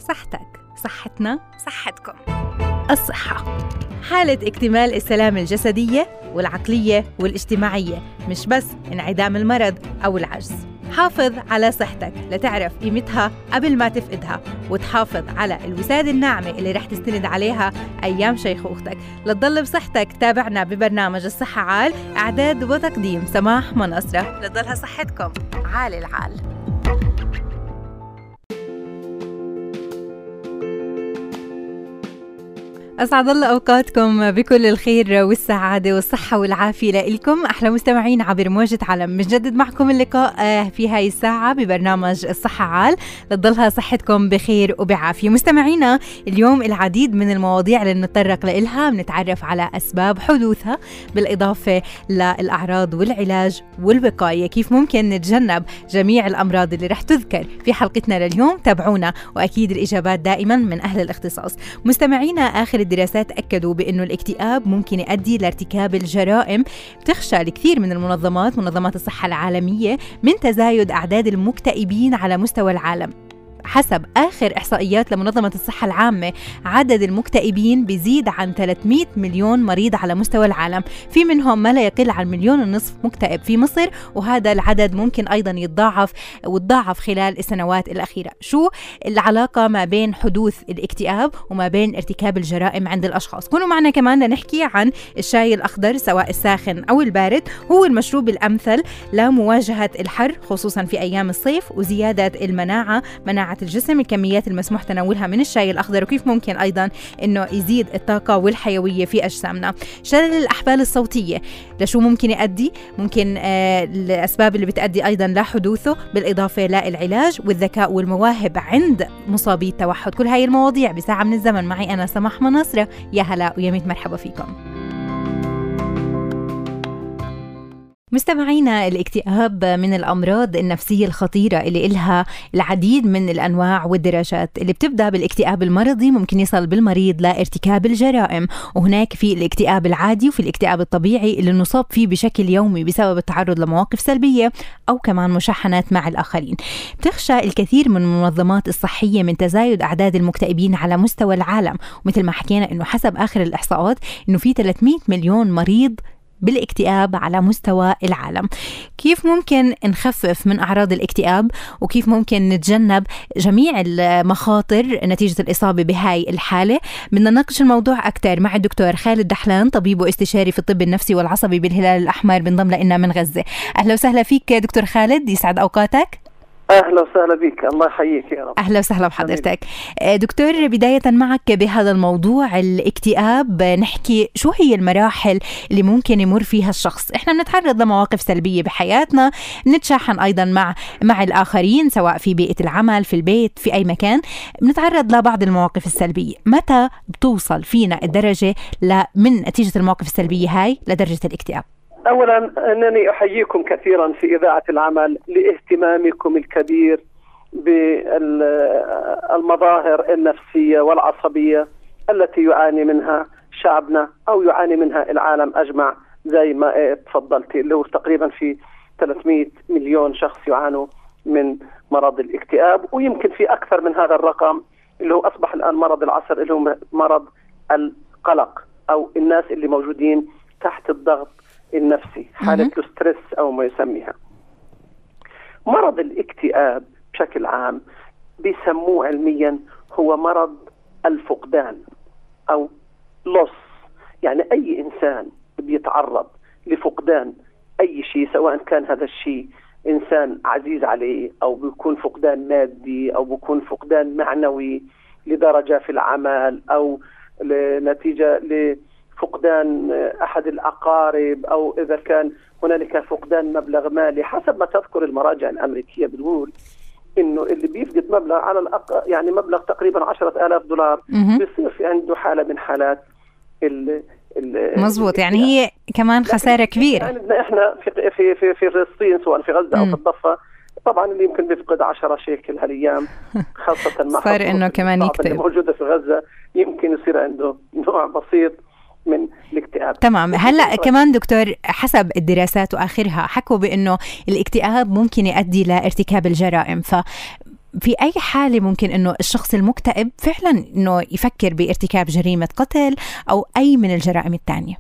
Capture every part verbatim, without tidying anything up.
صحتك، صحتنا، صحتكم. الصحة حالة اكتمال السلامة الجسدية والعقلية والاجتماعية، مش بس انعدام المرض أو العجز. حافظ على صحتك لتعرف قيمتها قبل ما تفقدها، وتحافظ على الوسادة الناعمة اللي رح تستند عليها أيام شيخوختك. لتضل بصحتك تابعنا ببرنامج الصحة عال، إعداد وتقديم سماح منصرة. لتضلها صحتكم عال العال. أسعد الله أوقاتكم بكل الخير والسعادة والصحة والعافية لإلكم أحلى مستمعين عبر موجة عالم. بنجدد معكم اللقاء في هاي الساعة ببرنامج الصحة عال، لتضلها صحتكم بخير وبعافية. مستمعينا، اليوم العديد من المواضيع اللي نتطرق لإلها، بنتعرف على أسباب حدوثها بالإضافة للأعراض والعلاج والوقاية، كيف ممكن نتجنب جميع الأمراض اللي رح تذكر في حلقتنا لليوم. تابعونا، وأكيد الإجابات دائما من أهل الاختصاص. مستمعينا، آخر الدراسات أكدوا بأنه الاكتئاب ممكن يؤدي لارتكاب الجرائم. بتخشى الكثير من المنظمات منظمات الصحة العالمية من تزايد أعداد المكتئبين على مستوى العالم. حسب آخر إحصائيات لمنظمة الصحة العامة، عدد المكتئبين بيزيد عن ثلاثمئة مليون مريض على مستوى العالم، في منهم ما لا يقل عن مليون ونصف مكتئب في مصر، وهذا العدد ممكن أيضا يتضاعف وتضاعف خلال السنوات الأخيرة. شو العلاقة ما بين حدوث الاكتئاب وما بين ارتكاب الجرائم عند الأشخاص؟ كونوا معنا كمان لنحكي عن الشاي الأخضر سواء الساخن أو البارد، هو المشروب الأمثل لمواجهة الحر خصوصا في أيام الصيف وزيادة المناعة مناعة الجسم. الكميات المسموح تناولها من الشاي الأخضر، وكيف ممكن أيضا أنه يزيد الطاقة والحيوية في أجسامنا. شلل الأحبال الصوتية لشو ممكن يؤدي؟ ممكن آه الأسباب اللي بتؤدي أيضا لحدوثه، بالإضافة للعلاج والذكاء والمواهب عند مصابي التوحد. كل هاي المواضيع بساعة من الزمن معي أنا سماح منصرة. يا هلا ويا ميت مرحبا فيكم. مستمعينا، الاكتئاب من الأمراض النفسية الخطيرة اللي إلها العديد من الأنواع والدرجات. اللي بتبدأ بالاكتئاب المرضي ممكن يصل بالمريض لارتكاب الجرائم، وهناك في الاكتئاب العادي وفي الاكتئاب الطبيعي اللي نصاب فيه بشكل يومي بسبب التعرض لمواقف سلبية أو كمان مشاحنات مع الآخرين. بتخشى الكثير من المنظمات الصحية من تزايد أعداد المكتئبين على مستوى العالم، ومثل ما حكينا إنه حسب آخر الإحصاءات إنه في ثلاثمئة مليون مريض بالاكتئاب على مستوى العالم. كيف ممكن نخفف من أعراض الاكتئاب، وكيف ممكن نتجنب جميع المخاطر نتيجة الإصابة بهاي الحالة؟ بدنا نناقش الموضوع أكثر مع الدكتور خالد دحلان، طبيب واستشاري في الطب النفسي والعصبي بالهلال الأحمر، بنضم لنا من غزة. أهلا وسهلا فيك دكتور خالد، يسعد أوقاتك. أهلا وسهلا بك، الله يحييك يا رب. أهلا وسهلا بحضرتك دكتور. بداية معك بهذا الموضوع الاكتئاب، نحكي شو هي المراحل اللي ممكن يمر فيها الشخص؟ إحنا بنتعرض لمواقف سلبية بحياتنا، نتشاحن أيضا مع مع الآخرين سواء في بيئة العمل، في البيت، في أي مكان، بنتعرض لبعض المواقف السلبية. متى بتوصل فينا الدرجة من نتيجة المواقف السلبية هاي لدرجة الاكتئاب؟ أولا أنني أحييكم كثيرا في إذاعة العمل لاهتمامكم الكبير بالمظاهر النفسية والعصبية التي يعاني منها شعبنا أو يعاني منها العالم أجمع. زي ما تفضلت، اللي هو تقريبا في ثلاثمئة مليون شخص يعانوا من مرض الاكتئاب، ويمكن في أكثر من هذا الرقم اللي هو أصبح الآن مرض العصر، اللي هو مرض القلق، أو الناس اللي موجودين تحت الضغط النفسي، حالة الستريس أو ما يسميها. مرض الاكتئاب بشكل عام بيسموه علميا هو مرض الفقدان أو لوس. يعني أي إنسان بيتعرض لفقدان أي شيء، سواء كان هذا الشيء إنسان عزيز عليه، أو بيكون فقدان مادي، أو بيكون فقدان معنوي لدرجة في العمل، أو نتيجة ل فقدان أحد الأقارب، أو إذا كان هنالك فقدان مبلغ مالي. حسب ما تذكر المراجع الأمريكية بتقول إنه اللي بيفقد مبلغ على الأقل، يعني مبلغ تقريبا عشرة آلاف دولار، بيصير في عنده حالة من حالات ال مزبوط. يعني هي كمان خسارة كبيرة. يعني إحنا في في في في فلسطين سواء في غزة أو في الضفة، طبعا اللي يمكن بيفقد عشرة شيكل هالأيام، خاصة مع صار إنه كمان يكتب موجودة في غزة، يمكن يصير عنده نوع بسيط من الاكتئاب. تمام. هلأ كمان دكتور، حسب الدراسات وآخرها حكوا بأنه الاكتئاب ممكن يؤدي لارتكاب الجرائم، ف في أي حالة ممكن إنه الشخص المكتئب فعلا إنه يفكر بارتكاب جريمة قتل أو أي من الجرائم الثانية؟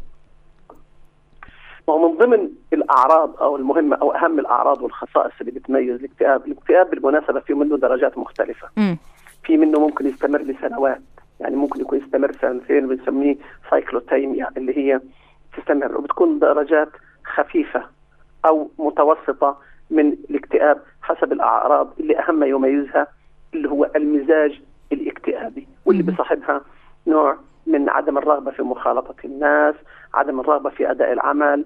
ومن ضمن الأعراض أو المهمة أو أهم الأعراض والخصائص اللي بتميز الاكتئاب، الاكتئاب بالمناسبة في منه درجات مختلفة. م. في منه ممكن يستمر لسنوات، يعني ممكن يكون يستمر سنتين، بنسميه سايكلوتيميا اللي هي تستمر، وبتكون درجات خفيفة أو متوسطة من الاكتئاب حسب الأعراض اللي أهم ما يميزها اللي هو المزاج الاكتئابي، واللي بصاحبها نوع من عدم الرغبة في مخالطة الناس، عدم الرغبة في أداء العمل،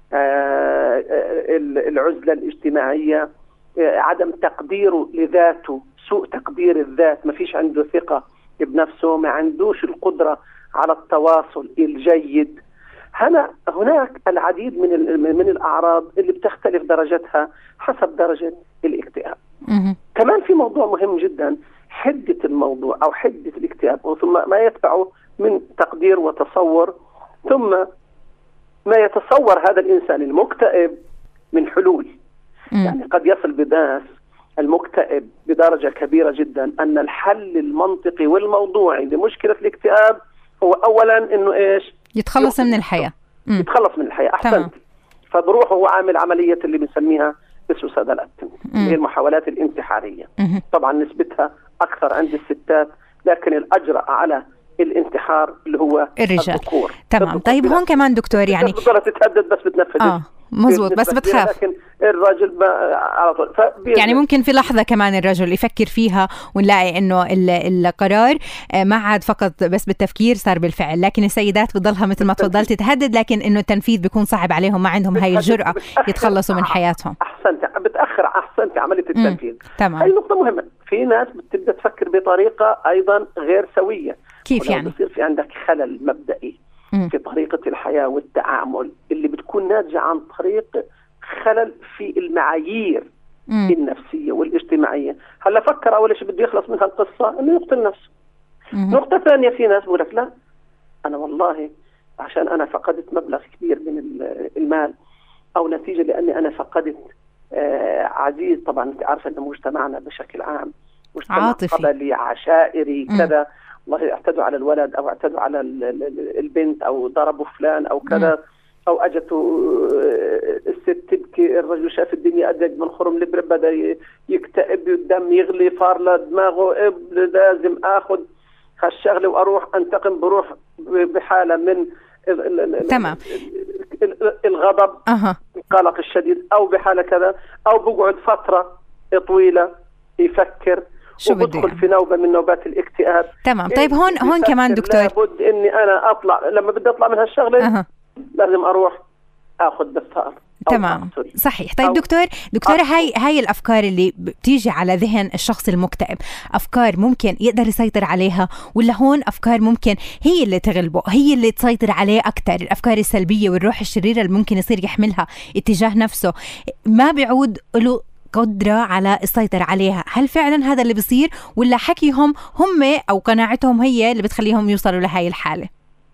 آه العزلة الاجتماعية، آه عدم تقديره لذاته، سوء تقدير الذات، ما فيش عنده ثقة بنفسه، ما عندوش القدرة على التواصل الجيد. هنا هناك العديد من من الأعراض اللي بتختلف درجتها حسب درجة الاكتئاب. كمان في موضوع مهم جدا، حدة الموضوع أو حدة الاكتئاب، ثم ما يتبعه من تقدير وتصور، ثم ما يتصور هذا الإنسان المكتئب من حلول. م. يعني قد يصل بالناس المكتئب بدرجة كبيرة جدا أن الحل المنطقي والموضوعي لمشكلة الاكتئاب هو أولا إنه إيش؟ يتخلص من الحياة. م. يتخلص من الحياة. أحسنت. فبروح هو عامل عملية اللي بنسميها بالسوسة الأتم، اللي هي المحاولات الانتحارية. م. طبعا نسبتها أكثر عند الستات، لكن الأجرأ على الانتحار اللي هو الرجال. الذكور. تمام. طيب هون كمان دكتور يعني بتقدر تتهدد بس بتنفذ. اه مزبوط، بس بتخاف. لكن الرجل على طول يعني ممكن في لحظة كمان الرجل يفكر فيها ونلاقي انه القرار ما عاد فقط بس بالتفكير، صار بالفعل. لكن السيدات بتضلها مثل ما تفضلت تتهدد، لكن انه التنفيذ بيكون صعب عليهم، ما عندهم هاي الجرأة يتخلصوا من حياتهم. احسنت، بتأخر احسنت عملية التنفيذ. تمام. هاي نقطة مهمة. في ناس بتبدأ تفكر بطريقة ايضا غير سوية. كيف يعني؟ بصير في عندك خلل مبدئي م. في طريقة الحياة والتعامل اللي بتكون ناتجة عن طريق خلل في المعايير م. النفسية والاجتماعية. هلا فكر أول شيء بده يخلص من هالقصة إنه يقتل نفسه. م. نقطة ثانية، في ناس بقول لك لا أنا والله عشان أنا فقدت مبلغ كبير من المال، أو نتيجة لأني أنا فقدت آه عزيز. طبعا أنت عارفة أن مجتمعنا بشكل عام مجتمع قبلي عشائري كذا، والله اعتدوا على الولد أو اعتدوا على البنت أو ضربوا فلان أو كذا، م. أو أجته الست تبكي، الرجل شاف الدنيا أدق من خرم الإبرة، بدأ يكتئب، الدم يغلي، فار لدماغه، لازم أخذ هالشغلة وأروح أنتقم، بروح بحالة من تمام الغضب، أه. القلق الشديد، أو بحالة كذا، أو بقعد فترة طويلة يفكر وبدخل في نوبة من نوبات الاكتئاب. تمام. طيب هون هون كمان دكتور لابد إني أنا أطلع، لما بدي أطلع من هالشغلة أه. لازم أروح أخذ بثار. تمام صحيح. طيب دكتور دكتورة هاي هاي الأفكار اللي بتيجي على ذهن الشخص المكتئب، أفكار ممكن يقدر يسيطر عليها، ولا هون أفكار ممكن هي اللي تغلبه، هي اللي تسيطر عليه أكتر، الأفكار السلبية والروح الشريرة اللي ممكن يصير يحملها اتجاه نفسه، ما بيعود له قدرة على السيطرة عليها؟ هل فعلا هذا اللي بيصير، ولا حكيهم هم أو قناعتهم هي اللي بتخليهم يوصلوا لهاي الحالة؟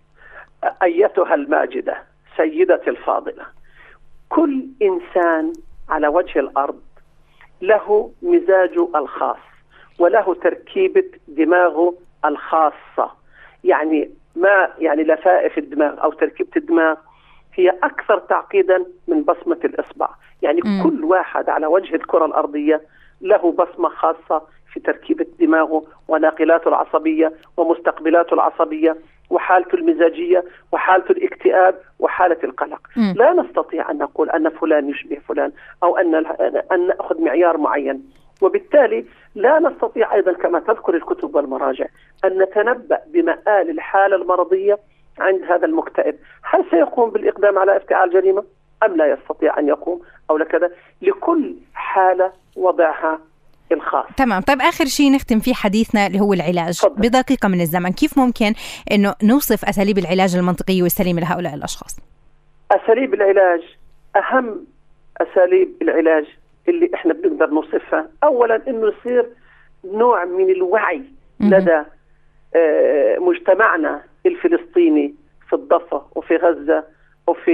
أيتها الماجدة سيدتي الفاضلة، كل إنسان على وجه الأرض له مزاجه الخاص وله تركيبة دماغه الخاصة. يعني ما يعني لفائف الدماغ أو تركيبة الدماغ هي أكثر تعقيدا من بصمة الإصبع. يعني م. كل واحد على وجه الكرة الأرضية له بصمة خاصة في تركيبة دماغه وناقلاته العصبية ومستقبلاته العصبية وحالته المزاجية وحالته الاكتئاب وحالة القلق. م. لا نستطيع أن نقول أن فلان يشبه فلان أو أن أن نأخذ معيار معين، وبالتالي لا نستطيع أيضا كما تذكر الكتب والمراجع أن نتنبأ بمآل الحالة المرضية عند هذا المكتئب. هل سيقوم بالإقدام على افتعال جريمة أم لا يستطيع أن يقوم أو لكذا؟ لكل حالة وضعها الخاص. تمام. طيب آخر شيء نختم فيه حديثنا اللي هو العلاج فضل. بدقيقة من الزمن، كيف ممكن إنه نوصف أساليب العلاج المنطقية والسليمة لهؤلاء الأشخاص؟ أساليب العلاج، أهم أساليب العلاج اللي إحنا بنقدر نوصفها، أولا إنه يصير نوع من الوعي لدى آه مجتمعنا الفلسطيني في الضفة وفي غزة وفي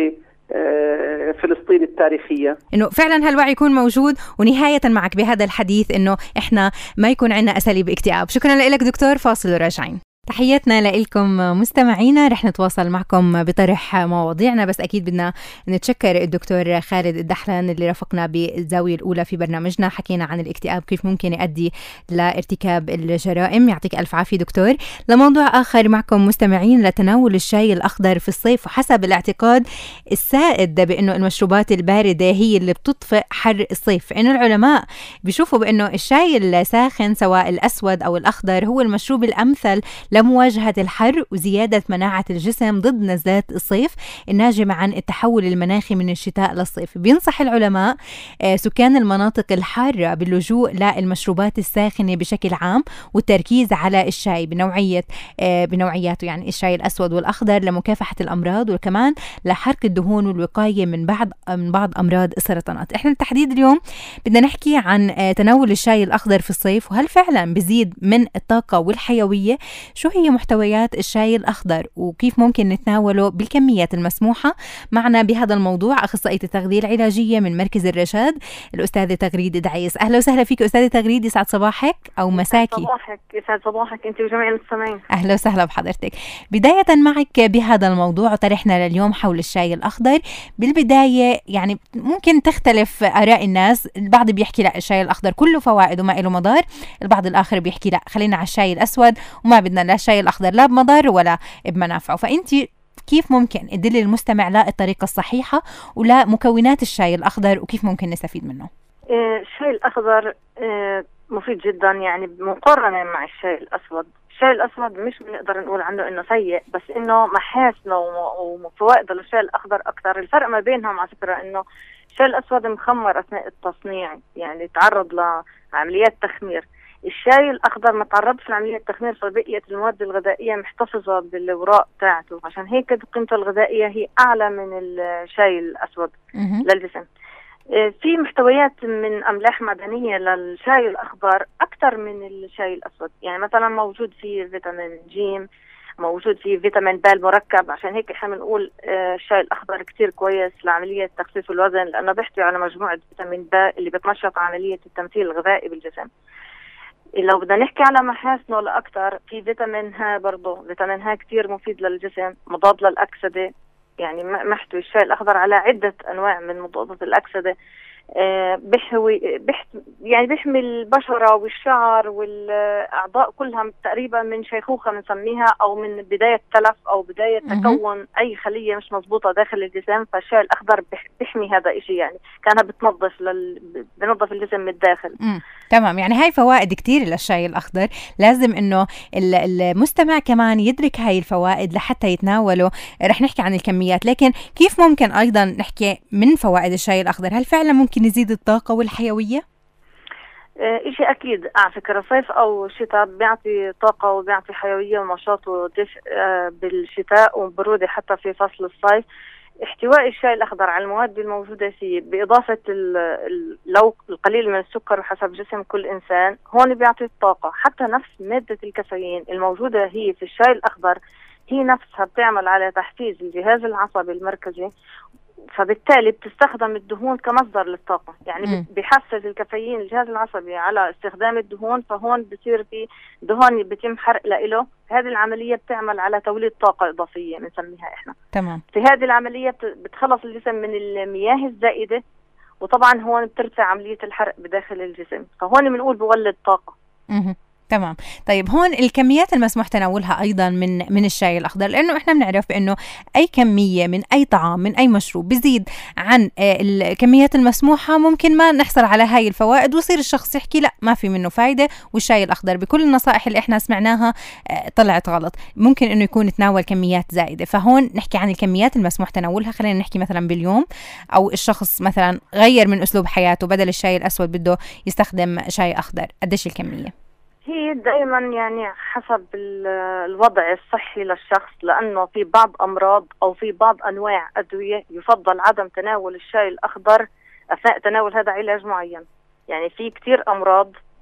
فلسطين التاريخية. إنه فعلا هالوعي يكون موجود. ونهاية معك بهذا الحديث إنه إحنا ما يكون عندنا أساليب اكتئاب. شكرا لك دكتور، فاصل وراجعين. تحياتنا لكم مستمعينا، رح نتواصل معكم بطرح مواضيعنا، بس أكيد بدنا نتشكر الدكتور خالد الدحلان اللي رافقنا بالزاوية الأولى في برنامجنا. حكينا عن الاكتئاب كيف ممكن يؤدي لارتكاب الجرائم. يعطيك ألف عافية دكتور. لموضوع آخر معكم مستمعين، لتناول الشاي الأخضر في الصيف. وحسب الاعتقاد السائد بأنه المشروبات الباردة هي اللي بتطفئ حر الصيف، إنه العلماء بيشوفوا بأنه الشاي الساخن سواء الأسود أو الأخضر هو المشروب الأمثل لمواجهة الحر وزيادة مناعة الجسم ضد نزلات الصيف الناجمة عن التحول المناخي من الشتاء للصيف. بينصح العلماء سكان المناطق الحارة باللجوء للمشروبات الساخنة بشكل عام والتركيز على الشاي بنوعية بنوعياته، يعني الشاي الأسود والأخضر، لمكافحة الأمراض وكمان لحرق الدهون والوقاية من بعض من بعض أمراض السرطانات. احنا بالتحديد اليوم بدنا نحكي عن تناول الشاي الأخضر في الصيف، وهل فعلا بزيد من الطاقة والحيوية؟ شو هي محتويات الشاي الأخضر وكيف ممكن نتناوله بالكميات المسموحة؟ معنا بهذا الموضوع أخصائية التغذية العلاجية من مركز الرشاد الأستاذة تغريد دعيس. أهلا وسهلا فيك أستاذة تغريد، يسعد صباحك أو مساكي. صباحك، يسعد صباحك أنت وجميع المستمعين. أهلا وسهلا بحضرتك. بداية معك بهذا الموضوع طرحنا لليوم حول الشاي الأخضر. بالبداية يعني ممكن تختلف آراء الناس، البعض بيحكي لا الشاي الأخضر كله فوائد وما له مضار، البعض الآخر بيحكي لا خلينا على الشاي الأسود وما بدنا لا الشاي الأخضر لا بمضار ولا بمنافعه. فأنت كيف ممكن تدلي المستمع لا الطريقة الصحيحة ولا مكونات الشاي الأخضر وكيف ممكن نستفيد منه؟ الشاي الأخضر مفيد جدا يعني مقارنة مع الشاي الأسود. الشاي الأسود مش بنقدر نقول عنه إنه سيء، بس إنه محاسنه وفوائده للشاي الأخضر أكثر. الفرق ما بينهم على فكرة إنه الشاي الأسود مخمر أثناء التصنيع، يعني تعرض لعمليات تخمير. الشاي الأخضر ما تعرضش لعملية التخمير، فبقية المواد الغذائية محتفظة بالوراق تاعته، عشان هيك قيمته الغذائية هي أعلى من الشاي الأسود للجسم. في محتويات من أملاح معدنية للشاي الأخضر أكثر من الشاي الأسود، يعني مثلا موجود فيه فيتامين جيم، موجود فيه فيتامين ب المركب. عشان هيك احنا بنقول الشاي الأخضر كتير كويس لعملية تخفيف الوزن، لأنه بيحتوي على مجموعة فيتامين ب اللي بتنشط عملية التمثيل الغذائي بالجسم. لو بدنا نحكي على محاسنه لأكثر، في فيتامين ها برضه، فيتامين ها كتير مفيد للجسم، مضاد للأكسدة، يعني محتوي الشاي الأخضر على عدة أنواع من مضادات الأكسدة. آه بيحوي بيح يعني بيحمي البشرة والشعر والأعضاء كلها تقريبا من شيخوخة بنسميها، أو من بداية تلف أو بداية تكون أي خلية مش مضبوطة داخل الجسم. فالشاي الأخضر بيحمي هذا الشيء، يعني كانها بتنظف لل... بنظف الجسم من الداخل. مم. تمام، يعني هاي فوائد كتير للشاي الأخضر، لازم إنه المستمع كمان يدرك هاي الفوائد لحتى يتناوله. رح نحكي عن الكميات، لكن كيف ممكن أيضا نحكي من فوائد الشاي الأخضر؟ هل فعلا ممكن يزيد الطاقة والحيوية؟ إشي أكيد على فكرة، صيف أو شتاء بيعطي طاقة وبيعطي حيوية ونشاط ودفء بالشتاء وبرودة حتى في فصل الصيف. احتواء الشاي الأخضر على المواد الموجودة فيه بإضافة لو القليل من السكر حسب جسم كل إنسان، هون بيعطي الطاقة. حتى نفس مادة الكافيين الموجودة هي في الشاي الأخضر هي نفسها بتعمل على تحفيز الجهاز العصبي المركزي، فبالتالي بتستخدم الدهون كمصدر للطاقة. يعني بيحفز الكافيين الجهاز العصبي على استخدام الدهون، فهون بصير في دهون بتم حرق له. هذه العملية بتعمل على توليد طاقة إضافية بنسميها إحنا. تمام. في هذه العملية بتخلص الجسم من المياه الزائدة، وطبعا هون بترفع عملية الحرق بداخل الجسم، فهون بنقول بولد طاقة. مه. تمام. طيب هون الكميات المسموح تناولها أيضا من من الشاي الأخضر، لأنه إحنا بنعرف بأنه أي كمية من أي طعام من أي مشروب بزيد عن الكميات المسموحة ممكن ما نحصل على هاي الفوائد، ويصير الشخص يحكي لا ما في منه فايدة، والشاي الأخضر بكل النصائح اللي إحنا سمعناها طلعت غلط، ممكن إنه يكون تناول كميات زائدة. فهون نحكي عن الكميات المسموح تناولها. خلينا نحكي مثلا باليوم، أو الشخص مثلا غير من أسلوب حياته، بدل الشاي الأسود بده يستخدم شاي أخضر، قديش الكمية؟ هي دائما يعني حسب الوضع الصحي للشخص، لأنه في بعض أمراض أو في بعض أنواع أدوية يفضل عدم تناول الشاي الأخضر أثناء تناول هذا علاج معين. يعني في كتير أمراض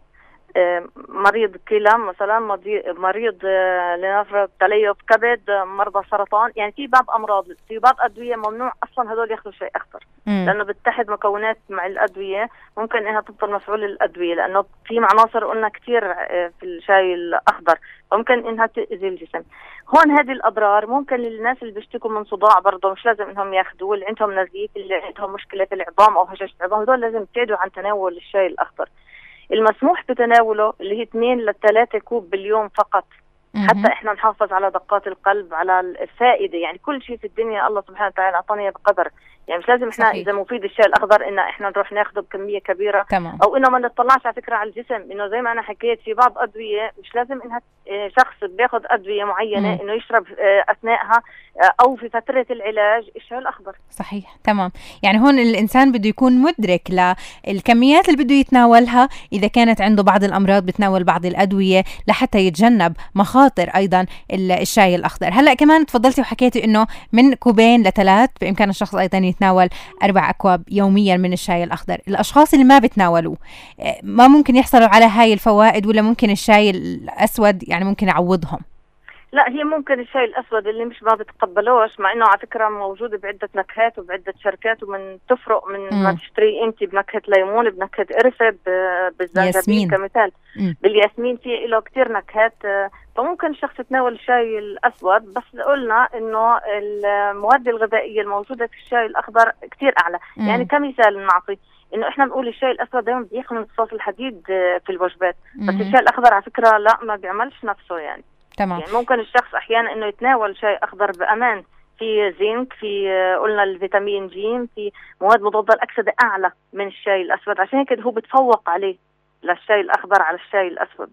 مريض كلى مثلا، مريض لنفرض تليف كبد، مرضى سرطان. يعني في بعض امراض في بعض ادويه ممنوع اصلا هذول ياخذوا شاي اخضر، لانه بتتحد مكونات مع الادويه، ممكن انها تبطل مفعول الادويه، لانه في عناصر قلنا كثير في الشاي الاخضر ممكن انها تاذي الجسم. هون هذه الاضرار ممكن للناس اللي بيشتكوا من صداع برضه مش لازم انهم ياخذوه، اللي عندهم نزيف، اللي عندهم مشكله في العظام او هشاشه العظام، هذول لازم يبتعدوا عن تناول الشاي الاخضر. المسموح بتناوله اللي هي اثنين لثلاثة كوب باليوم فقط، حتى احنا نحافظ على دقات القلب، على الفائده. يعني كل شيء في الدنيا الله سبحانه وتعالى اعطاني بقدر، يعني مش لازم احنا صحيح. اذا مفيد الشاي الاخضر ان احنا نروح ناخذه بكميه كبيره تمام. او انه ما نطلعش على فكره على الجسم، انه زي ما انا حكيت في بعض ادويه مش لازم انها شخص بياخذ ادويه معينه مم. انه يشرب اثناءها او في فتره العلاج الشاي الاخضر. صحيح تمام. يعني هون الانسان بده يكون مدرك للكميات اللي بده يتناولها، اذا كانت عنده بعض الامراض بتناول بعض الادويه لحتى يتجنب مخاطر ايضا الشاي الاخضر. هلا كمان تفضلتي وحكيتي انه من كوبين لثلاث بامكان الشخص ايضا يتناول اربع اكواب يوميا من الشاي الاخضر. الاشخاص اللي ما بتناولوه ما ممكن يحصلوا على هاي الفوائد، ولا ممكن الشاي الاسود يعني ممكن يعوضهم؟ لا، هي ممكن الشاي الاسود اللي مش ما بتقبلوش، مع انه على فكره موجود بعده نكهات وبعده شركات، ومن تفرق من مم. ما تشتري انت بنكهه ليمون، بنكهه قرفه، بالزنجبيل كمثال، مم. بالياسمين، في له كثير نكهات. فممكن الشخص يتناول الشاي الاسود، بس قلنا انه المواد الغذائيه الموجوده في الشاي الاخضر كثير اعلى. مم. يعني كمثال نعطي انه احنا بنقول الشاي الاسود دائما بيخلي امتصاص الحديد في الوجبات، بس مم. الشاي الاخضر على فكره لا، ما بيعملش نفسه. يعني تمام. يعني ممكن الشخص احيانا انه يتناول شاي اخضر بامان، في زنك، في قلنا الفيتامين جيم، في مواد مضاده الاكسده اعلى من الشاي الاسود، عشان هيك هو بتفوق عليه للشاي الاخضر على الشاي الاسود.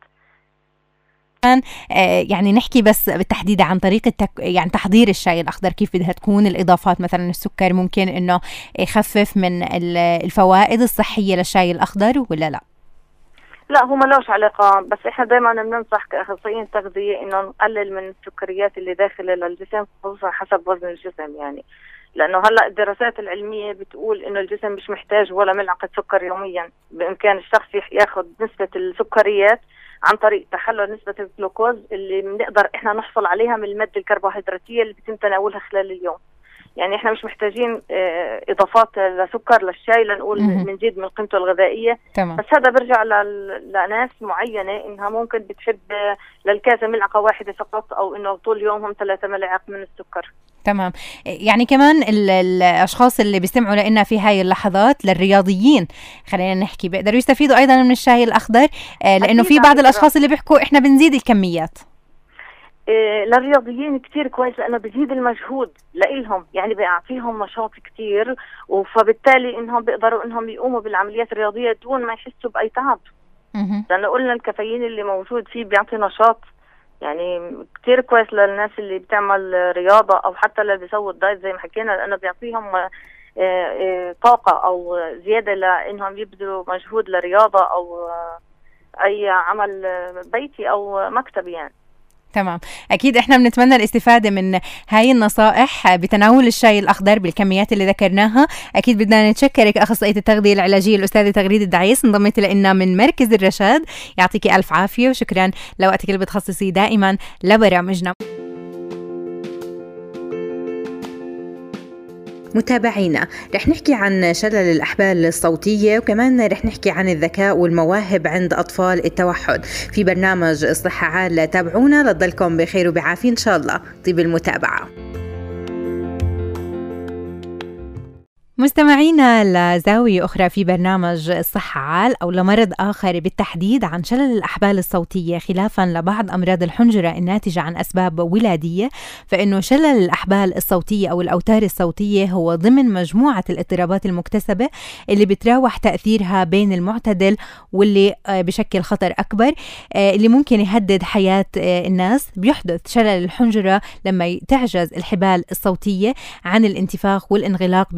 يعني نحكي بس بالتحديد عن طريقة تك... يعني تحضير الشاي الأخضر، كيف بدها تكون الإضافات؟ مثلا السكر ممكن إنه يخفف من الفوائد الصحية للشاي الأخضر ولا لا؟ لا، هو ملوش علاقة، بس احنا دائما بننصح كأخصائيين تغذية انه نقلل من السكريات اللي داخله للجسم، خصوصا حسب وزن الجسم. يعني لانه هلا الدراسات العلمية بتقول انه الجسم مش محتاج ولا ملعقة سكر يوميا، بامكان الشخص ياخذ نسبة السكريات عن طريق تحلل نسبة الجلوكوز اللي بنقدر احنا نحصل عليها من المادة الكربوهيدراتية اللي بيتم تناولها خلال اليوم. يعني احنا مش محتاجين اه اضافات لسكر للشاي لنقول بنزيد من قيمته الغذائيه. تمام. بس هذا برجع لناس معينه انها ممكن بتحب للكاسه ملعقه واحده فقط، او انه طول يومهم ثلاثة ملعق من السكر. تمام. يعني كمان الاشخاص اللي بيستمعوا لنا في هاي اللحظات، للرياضيين خلينا نحكي، بيقدروا يستفيدوا ايضا من الشاي الاخضر، اه لانه في بعض الاشخاص اللي بيحكوا احنا بنزيد الكميات. إيه للرياضيين كتير كويس، لأنه بيزيد المجهود لإلهم، يعني بيعطيهم نشاط كتير، فبالتالي إنهم بيقدروا إنهم يقوموا بالعمليات الرياضية دون ما يحسوا بأي تعب. لأنه قلنا الكافيين اللي موجود فيه بيعطي نشاط، يعني كتير كويس للناس اللي بتعمل رياضة أو حتى اللي بيسووا الدايت زي ما حكينا، لأنه بيعطيهم إيه إيه طاقة أو زيادة لإنهم يبذلوا مجهود لرياضة أو أي عمل بيتي أو مكتبي. يعني تمام. أكيد إحنا بنتمنى الاستفادة من هاي النصائح بتناول الشاي الأخضر بالكميات اللي ذكرناها. أكيد بدنا نتشكرك أخصائية التغذية العلاجية الأستاذة تغريد الدعيس، انضميتي لنا من مركز الرشاد، يعطيك ألف عافية وشكرا لوقتك اللي بتخصصي دائما لبرامجنا. متابعينا، رح نحكي عن شلل الأحبال الصوتية، وكمان رح نحكي عن الذكاء والمواهب عند أطفال التوحد في برنامج الصحة عال. تابعونا لتضلكم بخير وبعافية إن شاء الله. طيب المتابعة. مستمعينا لزاوية أخرى في برنامج الصحة عال، أو لمرض آخر بالتحديد عن شلل الأحبال الصوتية. خلافا لبعض أمراض الحنجرة الناتجة عن أسباب ولادية، فإنه شلل الأحبال الصوتية أو الأوتار الصوتية هو ضمن مجموعة الاضطرابات المكتسبة اللي بتراوح تأثيرها بين المعتدل واللي بشكل خطر أكبر، اللي ممكن يهدد حياة الناس. بيحدث شلل الحنجرة لما تعجز الحبال الصوتية عن الانتفاخ والانغلاق بشكل طبيعي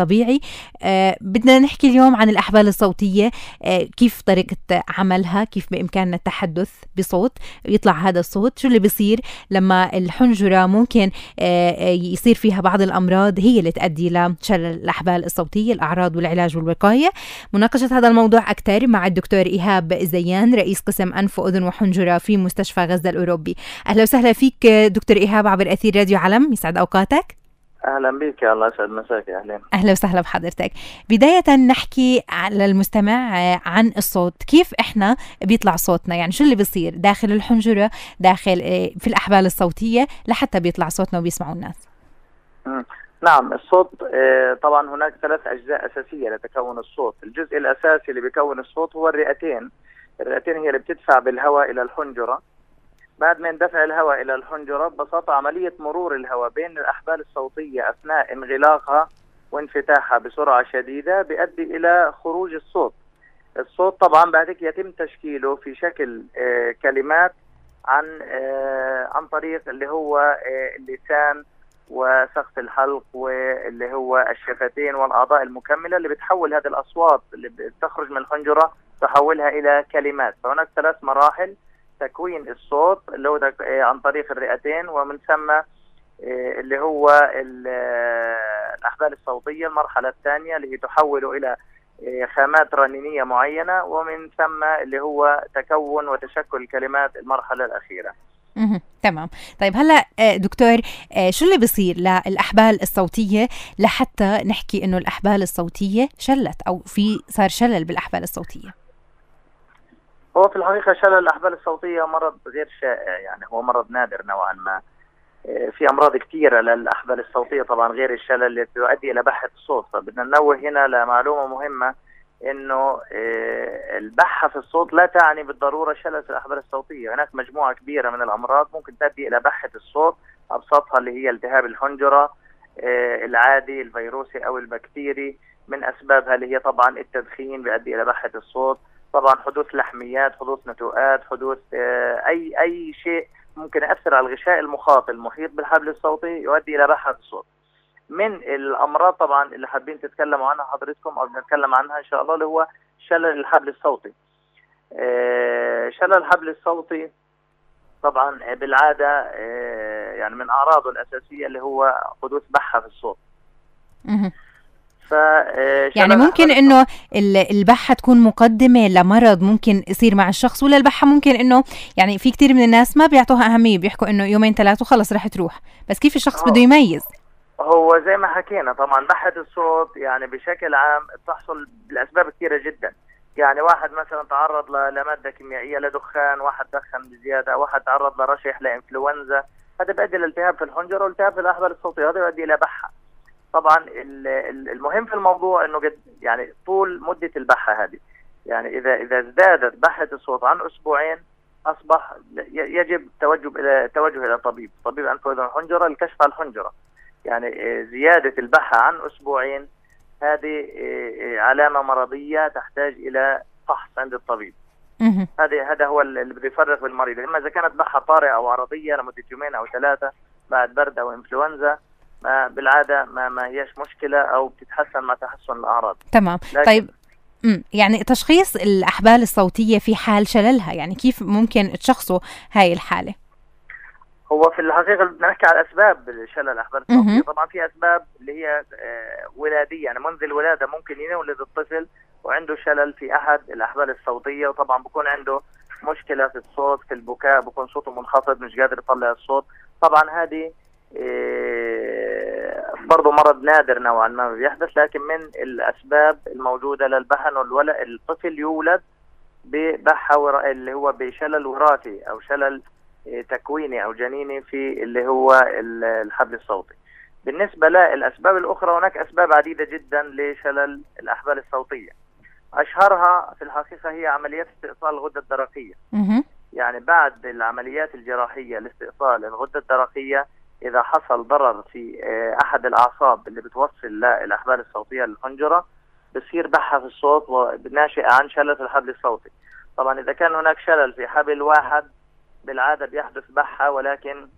الطبيعي. آه بدنا نحكي اليوم عن الأحبال الصوتية، آه كيف طريقة عملها، كيف بإمكاننا التحدث بصوت يطلع هذا الصوت، شو اللي بيصير لما الحنجرة ممكن آه يصير فيها بعض الأمراض هي اللي تؤدي لشلل الأحبال الصوتية، الأعراض والعلاج والوقاية. مناقشة هذا الموضوع أكثر مع الدكتور إيهاب زيان، رئيس قسم أنف وأذن وحنجرة في مستشفى غزة الأوروبي. أهلا وسهلا فيك دكتور إيهاب عبر أثير راديو علم، يسعد أوقاتك. أهلا بك، يا الله يسعد مساك. أهلا أهلا وسهلا بحضرتك. بداية نحكي على المستمع عن الصوت، كيف إحنا بيطلع صوتنا، يعني شو اللي بيصير داخل الحنجرة، داخل في الأحبال الصوتية لحتى بيطلع صوتنا وبيسمعوا الناس. نعم، الصوت طبعا هناك ثلاث أجزاء أساسية لتكون الصوت. الجزء الأساسي اللي بيكون الصوت هو الرئتين. الرئتين هي اللي بتدفع بالهواء إلى الحنجرة. بعد ما يندفع الهواء إلى الحنجرة ببساطة عملية مرور الهواء بين الأحبال الصوتية أثناء انغلاقها وانفتاحها بسرعة شديدة بيؤدي إلى خروج الصوت. الصوت طبعا بعد يتم تشكيله في شكل آه كلمات عن آه عن طريق اللي هو آه اللسان وسقف الحلق واللي هو الشفتين والأعضاء المكملة اللي بتحول هذه الأصوات اللي بتخرج من الحنجرة تحولها إلى كلمات. فهناك ثلاث مراحل تكوين الصوت اللي هو عن طريق الرئتين، ومن ثم اللي هو الأحبال الصوتية المرحلة الثانية اللي هي تحوله إلى خامات رنينية معينة، ومن ثم اللي هو تكون وتشكل الكلمات المرحلة الأخيرة. مه. تمام. طيب هلا دكتور، شو اللي بيصير للأحبال الصوتية لحتى نحكي إنه الأحبال الصوتية شلت أو في صار شلل بالأحبال الصوتية؟ هو في الحقيقة شلل الأحبال الصوتية مرض غير شائع، يعني هو مرض نادر نوعا ما. في أمراض كثيرة للأحبال الصوتية طبعا غير الشلل اللي تؤدي إلى بحة الصوت. فبدنا ننوه هنا لمعلومة مهمة، إنه البحة في الصوت لا تعني بالضرورة شلل في الأحبال الصوتية. هناك مجموعة كبيرة من الأمراض ممكن تؤدي إلى بحة الصوت، أبسطها اللي هي التهاب الحنجرة العادي الفيروسي أو البكتيري. من أسبابها اللي هي طبعا التدخين بيؤدي إلى بحة الصوت، طبعا حدوث لحميات، حدوث نتوءات، حدوث أي أي شيء ممكن يأثر على الغشاء المخاطي المحيط بالحبل الصوتي يؤدي إلى بحة الصوت. من الأمراض طبعا اللي حابين تتكلموا عنها حضرتكم أو بنتكلم عنها إن شاء الله اللي هو شلل الحبل الصوتي. شلل الحبل الصوتي طبعا بالعادة يعني من أعراضه الأساسية اللي هو حدوث بحة في الصوت. ف يعني ممكن انه البحة تكون مقدمة لمرض ممكن يصير مع الشخص، ولا البحة ممكن انه يعني في كتير من الناس ما بيعطوها أهمية، بيحكوا انه يومين ثلاثة وخلص رح تروح، بس كيف الشخص بده يميز؟ هو زي ما حكينا طبعا بحة الصوت يعني بشكل عام بتحصل لأسباب كثيرة جدا. يعني واحد مثلا تعرض لمادة كيميائية، لدخان، واحد دخن بزيادة، واحد تعرض لرشح، لإنفلونزا، هذا بيؤدي لالتهاب في الحنجرة والتهاب في الأحبال الصوتية، هذا يؤدي إلى بحة. طبعا المهم في الموضوع انه قد يعني طول مدة البحة هذه، يعني اذا اذا ازدادت بحة الصوت عن اسبوعين اصبح يجب توجه الى توجه الى طبيب طبيب انف واذن وحنجرة لكشف على الحنجرة. يعني زيادة البحة عن اسبوعين هذه علامة مرضية تحتاج الى فحص عند الطبيب. هذا هذا هو اللي بده يفرق بالمريض، اما اذا كانت بحة طارئة او عرضية لمدة يومين او ثلاثة بعد برد او انفلونزا ما بالعادة ما ما هيش مشكلة أو بتتحسن مع تحسن الأعراض. تمام. طيب امم يعني تشخيص الأحبال الصوتية في حال شللها، يعني كيف ممكن تشخصوا هاي الحالة؟ هو في الحقيقة بدنا نحكي على أسباب شلل الأحبال الصوتية. طبعا في أسباب اللي هي آه ولادية، يعني منذ الولادة ممكن يولد الطفل وعنده شلل في أحد الأحبال الصوتية، وطبعا بكون عنده مشكلة في الصوت، في البكاء، بكون صوته منخفض مش قادر يطلع الصوت. طبعا هذه إيه برضو مرض نادر نوعا ما بيحدث، لكن من الأسباب الموجودة للبحة والولد الطفل يولد ببحة اللي هو بشلل وراثي أو شلل إيه تكويني أو جنيني في اللي هو الحبل الصوتي. بالنسبة للأسباب الأخرى هناك أسباب عديدة جدا لشلل الأحبال الصوتية. أشهرها في الحقيقة هي عمليات استئصال الغدة الدرقية. يعني بعد العمليات الجراحية لاستئصال الغدة الدرقية إذا حصل ضرر في أحد الأعصاب اللي بتوصل للأحبال الصوتية للحنجرة بصير بحة في الصوت وناشئة عن شلل في الحبل الصوتي. طبعا إذا كان هناك شلل في حبل واحد بالعادة بيحدث بحة، ولكن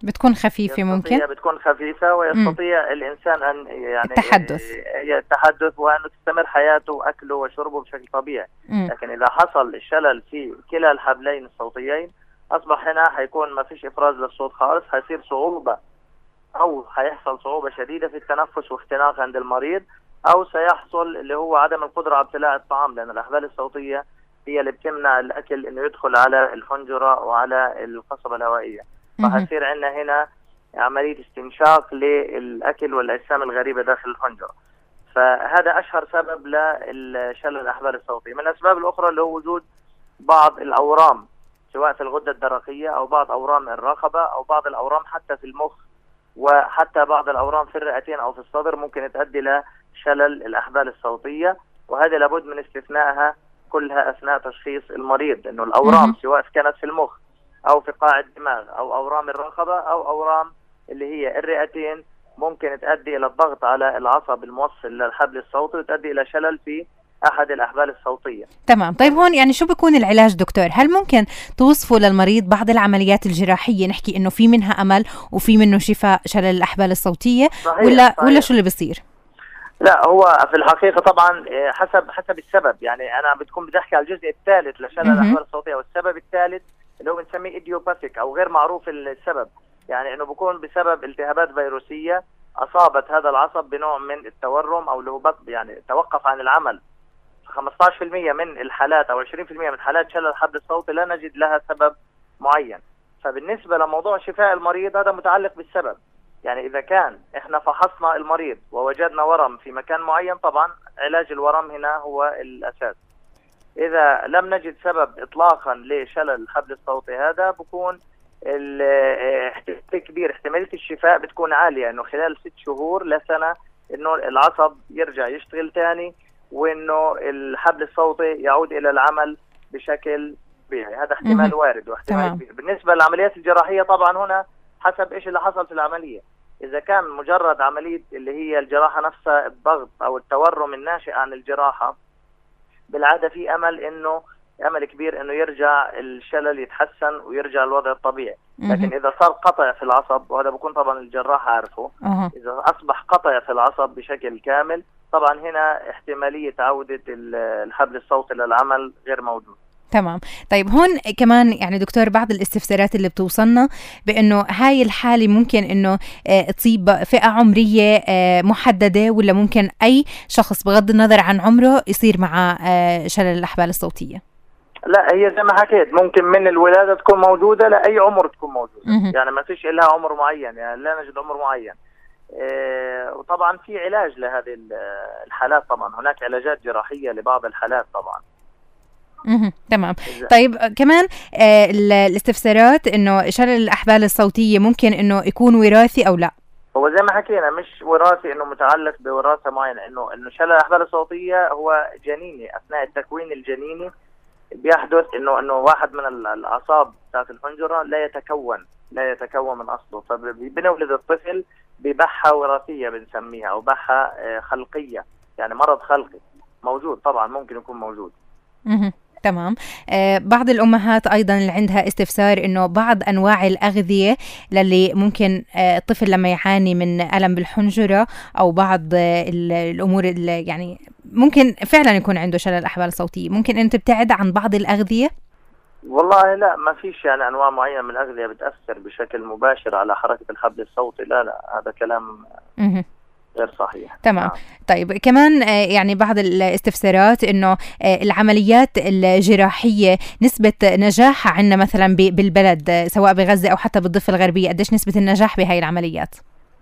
بتكون خفيفة ممكن بتكون خفيفة ويستطيع م. الإنسان أن يعني التحدث التحدث وأن تستمر حياته وأكله وشربه بشكل طبيعي. م. لكن إذا حصل الشلل في كلا الحبلين الصوتيين أصبح هنا حيكون ما فيش إفراز للصوت خالص، حيصير صعوبة أو حيحصل صعوبة شديدة في التنفس واختناق عند المريض، أو سيحصل اللي هو عدم القدرة على ابتلاع الطعام، لأن الأحبال الصوتية هي اللي بتمنع الأكل إنه يدخل على الحنجرة وعلى القصبة الهوائية. فهيصير عندنا هنا عملية استنشاق للأكل والأجسام الغريبة داخل الحنجرة. فهذا أشهر سبب للشلل الأحبال الصوتية. من الأسباب الأخرى اللي هو وجود بعض الأورام سواء في الغدة الدرقية أو بعض أورام الرقبة أو بعض الأورام حتى في المخ، وحتى بعض الأورام في الرئتين أو في الصدر ممكن تؤدي لشلل الأحبال الصوتية، وهذا لابد من استثنائها كلها أثناء تشخيص المريض، إنه الأورام سواء كانت في المخ أو في قاع الدماغ أو أورام الرقبة أو أورام اللي هي الرئتين ممكن تؤدي إلى الضغط على العصب الموصل للحبل الصوتي وتؤدي إلى شلل في أحد الأحبال الصوتية. تمام. طيب هون يعني شو بيكون العلاج دكتور؟ هل ممكن توصفوا للمريض بعض العمليات الجراحية نحكي إنه في منها أمل وفي منه شفاء شلل الأحبال الصوتية؟ صحيح ولا صحيح. ولا شو اللي بيصير؟ لا، هو في الحقيقة طبعا حسب حسب السبب. يعني أنا بتكون بدي أحكي على الجزء الثالث لشلل الأحبال الصوتية، والسبب الثالث اللي هو بنسميه إيديوباثيك أو غير معروف السبب، يعني إنه بيكون بسبب التهابات فيروسية أصابت هذا العصب بنوع من التورم أو اللي هو يعني توقف عن العمل. خمسة عشر بالمئة من الحالات أو عشرين بالمئة من حالات شلل الحبل الصوتي لا نجد لها سبب معين. فبالنسبة لموضوع شفاء المريض هذا متعلق بالسبب. يعني إذا كان إحنا فحصنا المريض ووجدنا ورم في مكان معين، طبعا علاج الورم هنا هو الأساس. إذا لم نجد سبب إطلاقا لشلل الحبل الصوتي هذا بكون الاحتمال كبير، احتمالية الشفاء بتكون عالية، إنه خلال ست شهور لسنة إنه العصب يرجع يشتغل تاني وإنه الحبل الصوتي يعود إلى العمل بشكل طبيعي. هذا احتمال وارد واحتمال كبير. بالنسبة للعمليات الجراحية طبعا هنا حسب إيش اللي حصل في العملية. إذا كان مجرد عملية اللي هي الجراحة نفسها، الضغط أو التورم الناشئ عن الجراحة، بالعادة في أمل إنه أمل كبير إنه يرجع الشلل يتحسن ويرجع الوضع الطبيعي. لكن إذا صار قطع في العصب، وهذا بكون طبعا الجراح عارفه، إذا أصبح قطع في العصب بشكل كامل، طبعا هنا احتمالية عودة الحبل الصوتي للعمل غير موجود. تمام. طيب هون كمان يعني دكتور بعض الاستفسارات اللي بتوصلنا بأنه هاي الحالة ممكن أنه تصيب فئة عمرية محددة، ولا ممكن أي شخص بغض النظر عن عمره يصير مع شلل الأحبال الصوتية؟ لا، هي زي ما حكيت ممكن من الولادة تكون موجودة لأي عمر تكون موجودة. يعني ما فيش إلها عمر معين، يعني لا نجد عمر معين. إيه وطبعا في علاج لهذه الحالات. طبعا هناك علاجات جراحية لبعض الحالات طبعا. اها تمام. طيب كمان آه الاستفسارات انه شلل الاحبال الصوتيه ممكن انه يكون وراثي او لا؟ هو زي ما حكينا مش وراثي انه متعلق بوراثه معينه، انه انه شلل الاحبال الصوتيه هو جنيني. اثناء التكوين الجنيني بيحدث انه انه واحد من الاعصاب بتاعت الحنجره لا يتكون لا يتكون من اصله، فبنولد الطفل ببحه وراثيه بنسميها، او بحه خلقيه، يعني مرض خلقي موجود. طبعا ممكن يكون موجود. اها تمام. آه بعض الأمهات أيضا اللي عندها استفسار إنه بعض أنواع الأغذية للي ممكن آه الطفل لما يعاني من ألم بالحنجرة أو بعض آه الأمور اللي يعني ممكن فعلا يكون عنده شلل أحبال صوتية، ممكن أن تبتعد عن بعض الأغذية؟ والله لا، ما فيش يعني أنواع معينة من الأغذية بتأثر بشكل مباشر على حركة الحبل الصوتي. لا لا، هذا كلام م- غير صحيح. تمام. آه. طيب كمان يعني بعض الاستفسارات انه العمليات الجراحيه نسبه نجاحها عندنا مثلا بالبلد سواء بغزه او حتى بالضفه الغربيه، قديش نسبه النجاح بهاي العمليات؟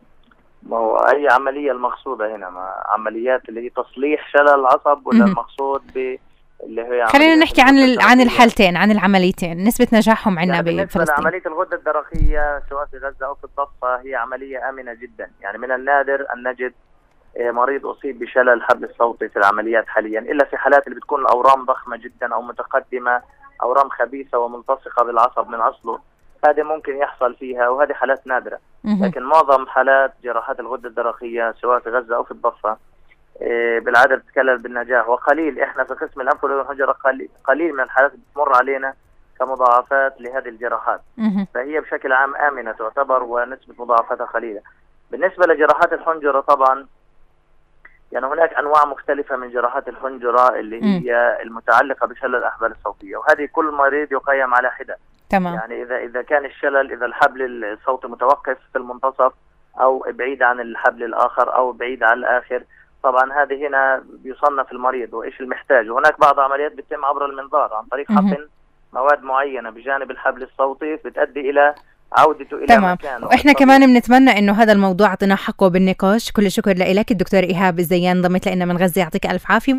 ما هو اي عمليه المقصوده هنا؟ ما عمليات اللي هي تصليح شلل العصب، ولا المقصود ب اللي هي خلينا نحكي عن عن الحالتين، عن العمليتين نسبه نجاحهم عندنا يعني بفلسطين. بالنسبه لعمليه الغده الدرقيه سواء في غزه او في الضفه هي عمليه امنه جدا. يعني من النادر ان نجد مريض أصيب بشلل الحبل الصوتي في العمليات حاليا، إلا في حالات اللي بتكون الأورام ضخمة جدا أو متقدمة، أورام خبيثة وملتصقة بالعصب من أصله، هذه ممكن يحصل فيها، وهذه حالات نادرة. لكن معظم حالات جراحات الغدة الدرقية سواء في غزة أو في الضفة بالعادة بتتكلل بالنجاح، وقليل إحنا في قسم الأنف والأذن والحنجرة قليل من الحالات بتمر علينا كمضاعفات لهذه الجراحات. فهي بشكل عام آمنة تعتبر، ونسبة مضاعفاتها قليلة. بالنسبة لجراحات الحنجرة طبعا يعني هناك أنواع مختلفة من جراحات الحنجرة اللي هي المتعلقة بشلل الأحبال الصوتية، وهذه كل مريض يقيم على حدة. تمام. يعني إذا إذا كان الشلل، إذا الحبل الصوتي متوقف في المنتصف أو بعيد عن الحبل الآخر أو بعيد عن الآخر، طبعا هذه هنا بيصنف المريض وإيش المحتاج. وهناك بعض عمليات بتتم عبر المنظار عن طريق حقن مواد معينة بجانب الحبل الصوتي بتؤدي إلى عودته إلى تمام. مكانه. وإحنا كمان بنتمنى إنه هذا الموضوع أعطينا حقه بالنقاش. كل الشكر لك الدكتور إيهاب الزيان، انضمت لنا من غزة، يعطيك ألف عافية.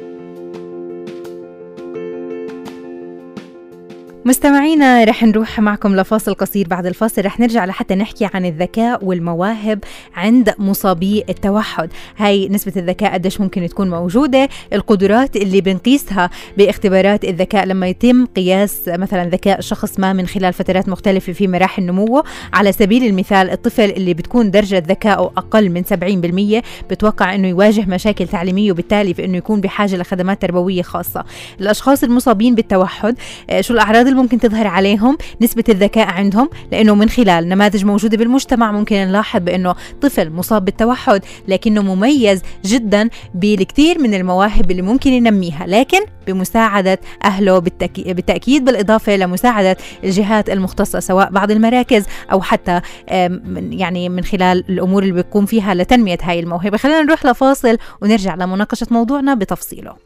مستمعينا رح نروح معكم لفاصل قصير، بعد الفاصل رح نرجع لحتى نحكي عن الذكاء والمواهب عند مصابي التوحد. هاي نسبة الذكاء قديش ممكن تكون موجودة، القدرات اللي بنقيسها باختبارات الذكاء لما يتم قياس مثلا ذكاء شخص ما من خلال فترات مختلفة في مراحل نموه. على سبيل المثال الطفل اللي بتكون درجة ذكائه أقل من سبعين بالمية بتوقع أنه يواجه مشاكل تعليمية، وبالتالي في أنه يكون بحاجة لخدمات تربوية خاصة. الأشخاص المصابين بالتوحد شو الأعراض ممكن تظهر عليهم؟ نسبة الذكاء عندهم، لأنه من خلال نماذج موجودة بالمجتمع ممكن نلاحظ بأنه طفل مصاب بالتوحد لكنه مميز جدا بالكثير من المواهب اللي ممكن ينميها، لكن بمساعدة أهله بالتأكيد، بالإضافة لمساعدة الجهات المختصة سواء بعض المراكز أو حتى يعني من خلال الأمور اللي بيقوم فيها لتنمية هاي الموهبة. خلينا نروح لفاصل ونرجع لمناقشة موضوعنا بتفصيله.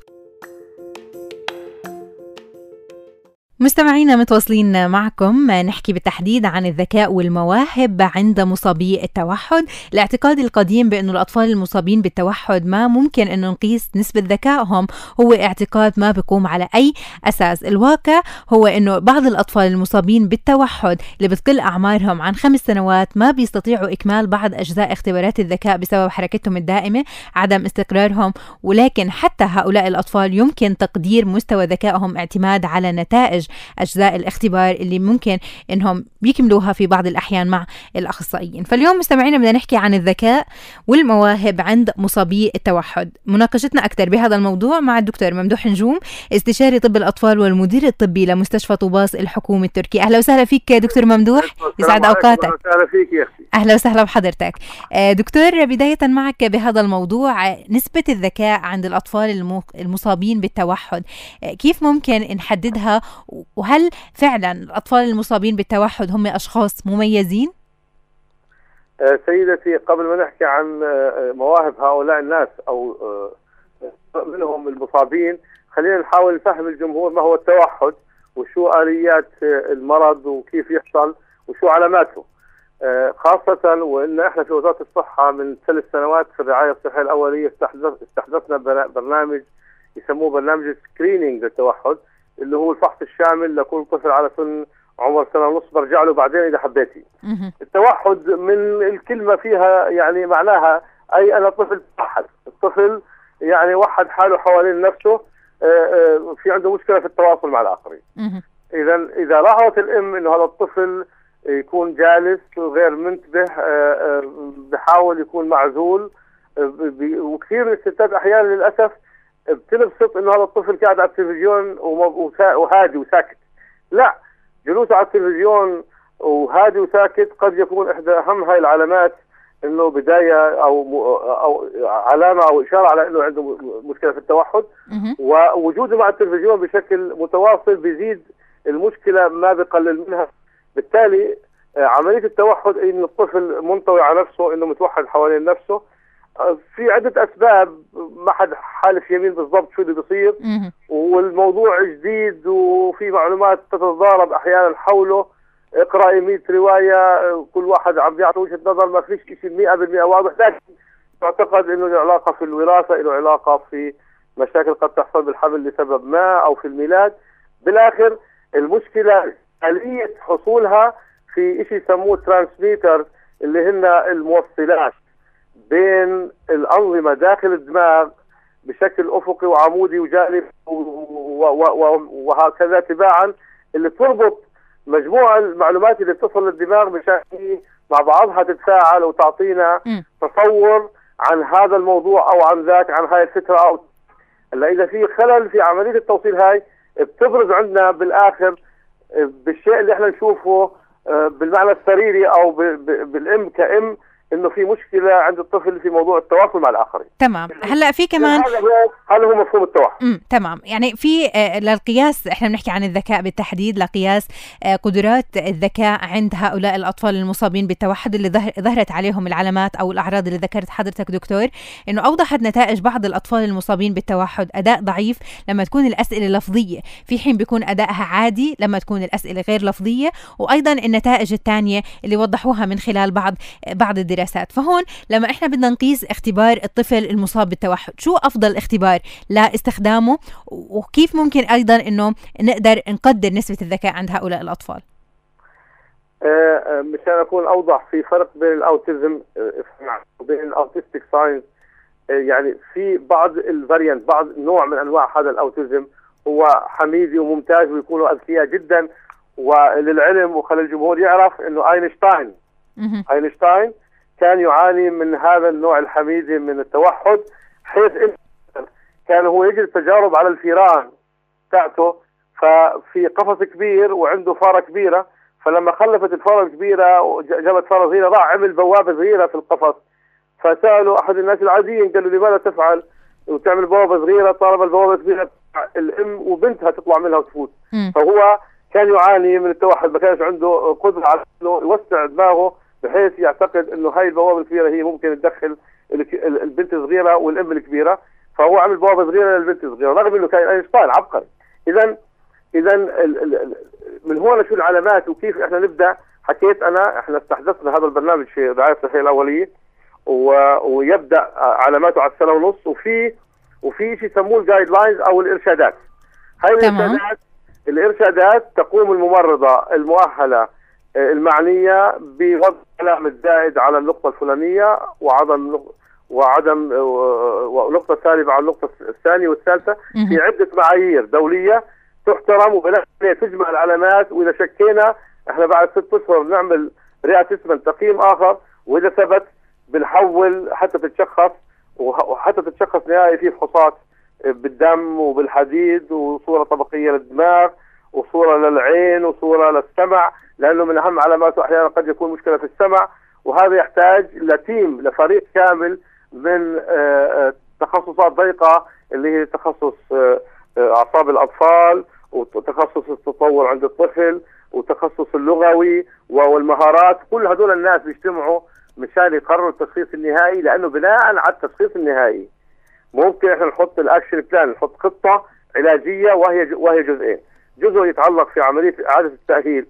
مستمعينا متواصلين معكم، نحكي بالتحديد عن الذكاء والمواهب عند مصابي التوحد. الاعتقاد القديم بأنه الأطفال المصابين بالتوحد ما ممكن أن نقيس نسبة ذكائهم هو اعتقاد ما بيقوم على أي أساس. الواقع هو أنه بعض الأطفال المصابين بالتوحد اللي بتقل أعمارهم عن خمس سنوات ما بيستطيعوا إكمال بعض أجزاء اختبارات الذكاء بسبب حركتهم الدائمة، عدم استقرارهم. ولكن حتى هؤلاء الأطفال يمكن تقدير مستوى ذكائهم اعتماد على نتائج أجزاء الاختبار اللي ممكن إنهم يكملوها في بعض الأحيان مع الأخصائيين. فاليوم مستمعينا بدنا نحكي عن الذكاء والمواهب عند مصابي التوحد. مناقشتنا أكثر بهذا الموضوع مع الدكتور ممدوح نجوم، استشاري طب الأطفال والمدير الطبي لمستشفى طوباس الحكومي التركي. أهلا وسهلا فيك دكتور ممدوح، يسعد أوقاتك. أهلا وسهلا فيك يا أختي. أهلا وسهلا بحضرتك دكتور. بداية معك بهذا الموضوع، نسبة الذكاء عند الأطفال المصابين بالتوحد كيف ممكن نحددها؟ وهل فعلا الأطفال المصابين بالتوحد هم أشخاص مميزين؟ سيدتي، قبل ما نحكي عن مواهب هؤلاء الناس أو منهم المصابين، خلينا نحاول نفهم الجمهور ما هو التوحد وشو آليات المرض وكيف يحصل وشو علاماته، خاصة وإن إحنا في وزارة الصحة من ثلاث سنوات في الرعاية الصحية الأولية استحدثنا برنامج يسموه برنامج سكرينينج للتوحد، اللي هو الفحص الشامل لكل طفل على سن عمر سنة ونص برجع له بعدين إذا حبيتي. التوحد من الكلمة فيها يعني معناها أي أنا طفل توحد، الطفل يعني وحد حاله حوالين نفسه، في عنده مشكلة في التواصل مع الآخرين. إذا إذا لاحظت الأم إنه هذا الطفل يكون جالس وغير منتبه، بحاول يكون معزول، وكثير من الستات أحيانا للأسف بتلبسط انه هذا الطفل قاعد على التلفزيون وهادي وساكت. لا، جلوسه على التلفزيون وهادي وساكت قد يكون احدى اهم هاي العلامات انه بدايه او او علامه او اشاره على انه عنده مشكله في التوحد. ووجوده مع التلفزيون بشكل متواصل بيزيد المشكله ما بقلل منها. بالتالي عمليه التوحد ان الطفل منطوي على نفسه، انه متوحد حوالين نفسه، في عدة أسباب ما حد حالف يمين بالضبط شو اللي بيصير، والموضوع جديد وفي معلومات تتضارب أحيانا حوله. اقرأي مية رواية كل واحد عم بيعطي وجهة نظر، ما فيش شيء مئة بالمئة واضح، لكن تعتقد إنه له علاقة في الوراثة، له علاقة في مشاكل قد تحصل بالحمل لسبب ما أو في الميلاد. بالآخر المشكلة آلية حصولها في شيء يسموه ترانسميتر، اللي هن الموصلات بين الأنظمة داخل الدماغ بشكل أفقي وعمودي وجانبي وهكذا تباعا، اللي تربط مجموعة المعلومات اللي بتصل للدماغ بشكل مع بعضها تتفاعل وتعطينا تصور عن هذا الموضوع أو عن ذاك، عن هاي الفكرة. أو هلا إذا في خلل في عملية التوصيل هاي بتبرز عندنا بالآخر بالشيء اللي احنا نشوفه بالمعنى السريري او بالام كأم، انه في مشكله عند الطفل في موضوع التواصل مع الاخرين. تمام. هلا في كمان هذا هو هذا هو مفهوم التوحد. امم تمام. يعني في آه للقياس، احنا بنحكي عن الذكاء بالتحديد، لقياس آه قدرات الذكاء عند هؤلاء الاطفال المصابين بالتوحد اللي ظهر ظهرت عليهم العلامات او الاعراض اللي ذكرت حضرتك دكتور، انه اوضحت نتائج بعض الاطفال المصابين بالتوحد اداء ضعيف لما تكون الاسئله لفظيه، في حين بيكون ادائها عادي لما تكون الاسئله غير لفظيه، وايضا النتائج الثانيه اللي وضحوها من خلال بعض بعض الدراسات. فهون لما احنا بدنا نقيس اختبار الطفل المصاب بالتوحد، شو افضل اختبار لاستخدامه، وكيف ممكن ايضا انه نقدر نقدر نسبة الذكاء عند هؤلاء الاطفال؟ آه مشان اكون اوضح، في فرق بين الاوتيزم وبين الاوتيستيك ساينس. آه يعني في بعض الفاريانت، بعض نوع من انواع هذا الاوتيزم هو حميدي وممتاز ويكونوا اذكياء جدا، وللعلم وخلي الجمهور يعرف انه اينشتاين اينشتاين كان يعاني من هذا النوع الحميدي من التوحد، حيث كان هو يجري تجارب على الفيران بتاعته، ففي قفص كبير وعنده فارة كبيرة، فلما خلفت الفارة الكبيرة وجابت فارة صغيرة راح عمل بوابة صغيرة في القفص، فسألوا أحد الناس العاديين قالوا لماذا تفعل وتعمل بوابة صغيرة طالما البوابة صغيرة الأم وبنتها تطلع منها وتفوت. فهو كان يعاني من التوحد، ما كانش عنده قدرة على انه يوسع دماغه بحيث يعتقد انه هاي البوابه الكبيره هي ممكن تدخل البنت الصغيره والام الكبيره، فهو عمل بوابه صغيره للبنت الصغيره رغم انه كان اينشتاين عبقري. اذا اذا من هون شو العلامات وكيف احنا نبدا؟ حكيت انا احنا استحدثنا هذا البرنامج في رعايه الصحيه الاوليه، ويبدا علاماته على السنه ونص، وفي وفي شيء يسموه الجايد لاينز او الارشادات. هاي الارشادات الارشادات تقوم الممرضه المؤهله المعنيه بوضع العلامه الزائد على النقطه الفلانيه وعدم وعدم ونقطه سالبه على النقطه الثانيه والثالثه في عده معايير دوليه تحترم، وبناء تجمع العلامات، واذا شكينا احنا بعد ست اشهر بنعمل ري اسسمنت تقييم اخر، واذا ثبت بنحول حتى تتشخص، وحتى تتشخص نهائي في فحوصات بالدم وبالحديد وصوره طبقيه للدماغ وصوره للعين وصوره للسمع، لانه من اهم علاماته احيانا قد يكون مشكله في السمع، وهذا يحتاج لتيم لفريق كامل من تخصصات ضيقه اللي هي تخصص اعصاب الاطفال وتخصص التطور عند الطفل وتخصص اللغوي والمهارات. كل هذول الناس بيجتمعوا مشان يقرروا التشخيص النهائي، لانه بناء على التشخيص النهائي ممكن احنا نحط الاكشن بلان، نحط خطه علاجيه وهي وهي جزئين. جزء يتعلق في عمليه اعاده التاهيل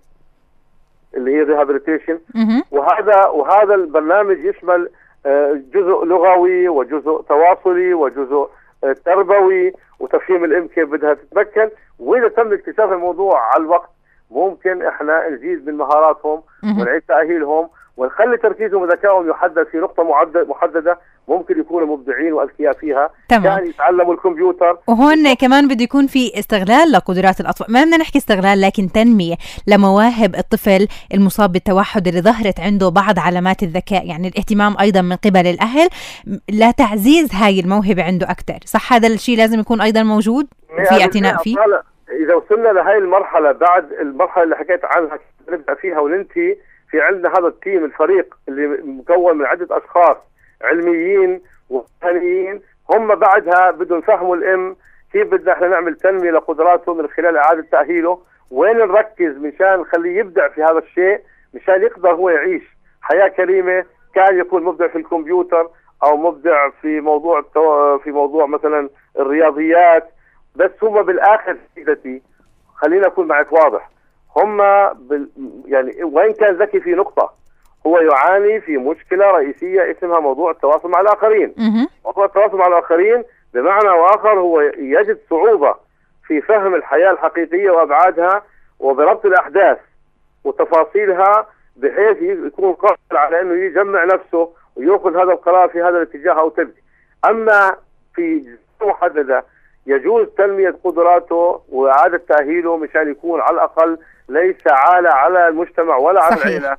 اللي هي ريهابيليتيشن، وهذا وهذا البرنامج يشمل جزء لغوي وجزء تواصلي وجزء تربوي وتفهيم الام كيف بدها تتمكن، واذا تم اكتشاف الموضوع على الوقت ممكن احنا نزيد من مهاراتهم ونعيد تاهيلهم ونخلي تركيزهم وذكائهم يحدد في نقطه محدده ممكن يكونوا مبدعين واذكياء فيها. تمام. يعني يتعلموا الكمبيوتر. وهون كمان بده يكون في استغلال لقدرات الاطفال، ما بدنا نحكي استغلال لكن تنميه لمواهب الطفل المصاب بالتوحد اللي ظهرت عنده بعض علامات الذكاء، يعني الاهتمام ايضا من قبل الاهل لتعزيز هاي الموهبه عنده اكثر. صح هذا الشيء لازم يكون ايضا موجود وفي اعتناء فيه. اذا وصلنا لهي المرحله بعد المرحله اللي حكيت عنها نبدا فيها وننتهي، في عندنا هذا التيم الفريق اللي مكون من عده اشخاص علميين وفنيين، هم بعدها بدهم يفهموا الام كيف بدنا احنا نعمل تنميه لقدراته من خلال اعاده تاهيله، وين نركز مشان نخليه يبدع في هذا الشيء، مشان يقدر هو يعيش حياه كريمه. كان يكون مبدع في الكمبيوتر او مبدع في موضوع في موضوع مثلا الرياضيات، بس هم بالاخر سيدتي خلينا اكون معك واضح، هم بال يعني وين كان ذكي في نقطه، هو يعاني في مشكله رئيسيه اسمها موضوع التواصل مع الاخرين. موضوع التواصل مع الاخرين بمعنى واخر هو يجد صعوبه في فهم الحياه الحقيقيه وابعادها وبربط الاحداث وتفاصيلها، بحيث يكون قادر على انه يجمع نفسه ويأخذ هذا القرار في هذا الاتجاه او تلك. اما في محدده يجوز تنميه قدراته واعاده تاهيله مشان يكون على الاقل ليس عالة على المجتمع ولا على العائله،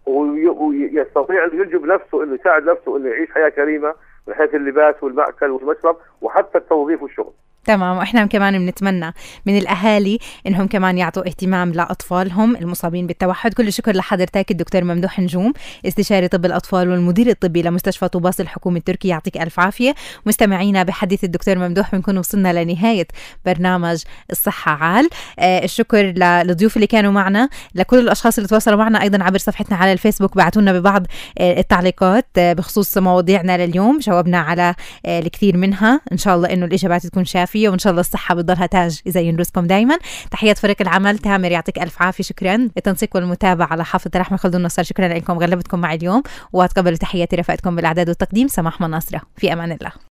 ويستطيع ان يجب نفسه انه يساعد نفسه انه يعيش حياه كريمه من حيث اللباس والمأكل والمشرب وحتى التوظيف والشغل. تمام. واحنا كمان بنتمنى من الاهالي انهم كمان يعطوا اهتمام لاطفالهم المصابين بالتوحد. كل الشكر لحضرتك الدكتور ممدوح نجوم، استشاري طب الاطفال والمدير الطبي لمستشفى طوباس الحكومي التركي، يعطيك الف عافيه. مستمعينا بحديث الدكتور ممدوح بنكون وصلنا لنهايه برنامج الصحه عال. آه الشكر للضيوف اللي كانوا معنا، لكل الاشخاص اللي تواصلوا معنا ايضا عبر صفحتنا على الفيسبوك، بعتوا لنا ببعض آه التعليقات آه بخصوص مواضيعنا لليوم، جاوبنا على آه الكثير منها. ان شاء الله انه الاجابات تكون شافيه، وان شاء الله الصحه بتضلها تاج يزين رزقكم دائما. تحيات فريق العمل، تامر يعطيك الف عافيه، شكرا. التنسيق والمتابعه على حافظ رحمه خلدون نصر، شكرا لكم غلبتكم معي اليوم، واتقبلوا تحياتي رفقتكم بالاعداد والتقديم سماح مناصره. في امان الله.